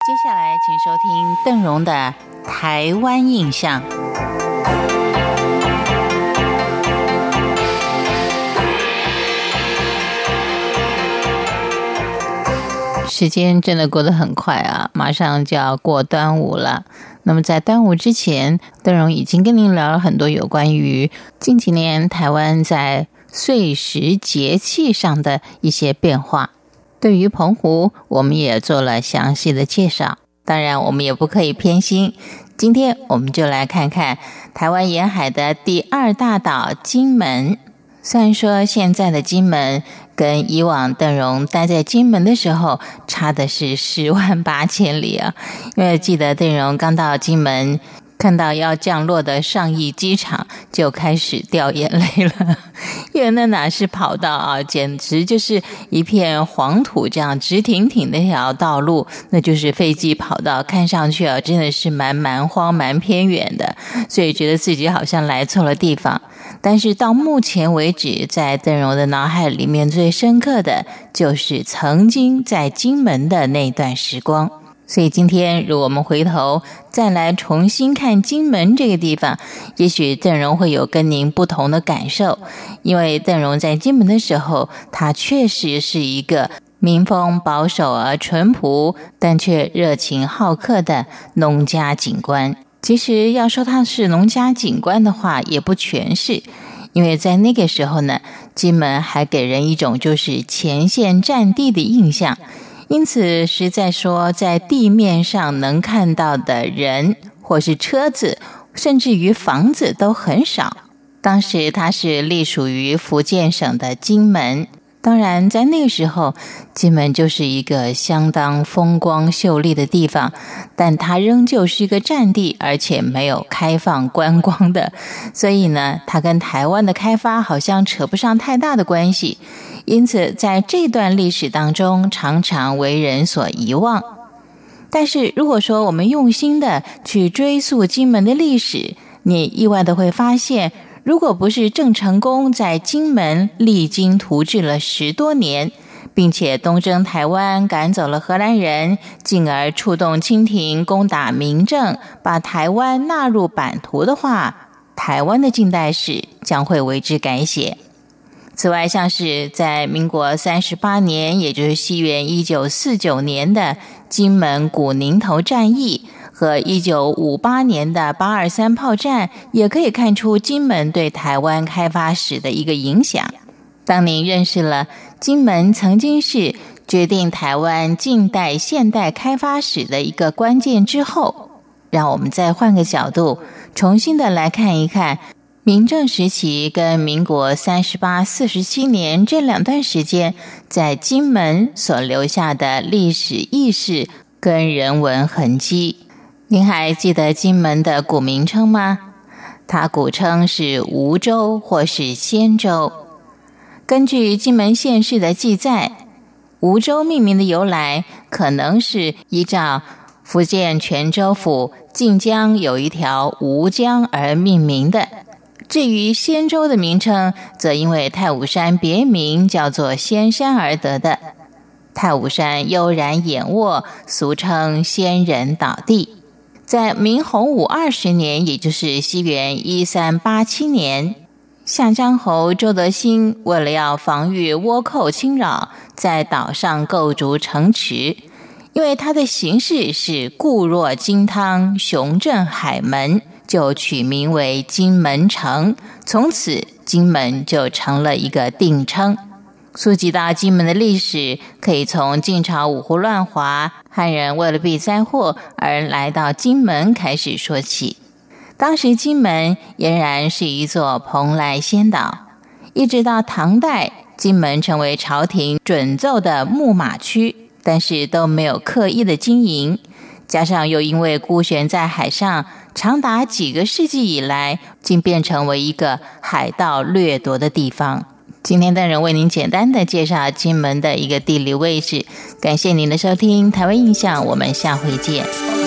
接下来请收听邓荣的台湾印象。时间真的过得很快啊，马上就要过端午了。那么在端午之前，邓荣已经跟您聊了很多有关于近几年台湾在岁时节气上的一些变化。对于澎湖，我们也做了详细的介绍。当然我们也不可以偏心，今天我们就来看看台湾沿海的第二大岛金门。虽然说现在的金门跟以往邓荣待在金门的时候差的是10万8千里啊，因为记得邓荣刚到金门，看到要降落的上义机场就开始掉眼泪了，因为那哪是跑道啊，简直就是一片黄土，这样直挺挺的一条道路，那就是飞机跑道，看上去啊真的是蛮荒蛮偏远的，所以觉得自己好像来错了地方。但是到目前为止，在邓荣的脑海里面最深刻的就是曾经在金门的那段时光。所以今天如果我们回头再来重新看金门这个地方，也许邓荣会有跟您不同的感受。因为邓荣在金门的时候，他确实是一个民风保守而淳朴，但却热情好客的农家警官。其实要说他是农家警官的话，也不全是，因为在那个时候呢，金门还给人一种就是前线战地的印象，因此实在说在地面上能看到的人或是车子甚至于房子都很少。当时它是隶属于福建省的金门，当然在那个时候金门就是一个相当风光秀丽的地方，但它仍旧是一个战地，而且没有开放观光的，所以呢它跟台湾的开发好像扯不上太大的关系，因此在这段历史当中常常为人所遗忘。但是如果说我们用心的去追溯金门的历史，你意外的会发现，如果不是郑成功在金门励精图治了10多年，并且东征台湾，赶走了荷兰人，进而触动清廷攻打明郑，把台湾纳入版图的话，台湾的近代史将会为之改写。此外，像是在民国38年，也就是西元1949年的金门古宁头战役和1958年的823炮战，也可以看出金门对台湾开发史的一个影响。当您认识了金门曾经是决定台湾近代现代开发史的一个关键之后，让我们再换个角度，重新的来看一看明郑时期跟民国38、47年这2段时间在金门所留下的历史意识跟人文痕迹。您还记得金门的古名称吗？它古称是梧州或是仙州。根据金门县志的记载，梧州命名的由来可能是依照福建泉州府晋江有一条梧江而命名的。至于仙州的名称，则因为太武山别名叫做仙山而得的。太武山悠然掩卧，俗称仙人倒地。在明洪武20年，也就是西元1387年，下江侯周德兴为了要防御倭寇侵扰，在岛上构筑城池，因为它的形势是固若金汤，雄镇海门，就取名为金门城，从此金门就成了一个定称。溯及到金门的历史，可以从晋朝五胡乱华，汉人为了避灾祸而来到金门开始说起。当时金门俨然是一座蓬莱仙岛，一直到唐代，金门成为朝廷准奏的牧马区，但是都没有刻意的经营，加上又因为孤悬在海上，长达几个世纪以来，竟变成为一个海盗掠夺的地方。今天邓荣为您简单的介绍金门的一个地理位置，感谢您的收听，台湾印象，我们下回见。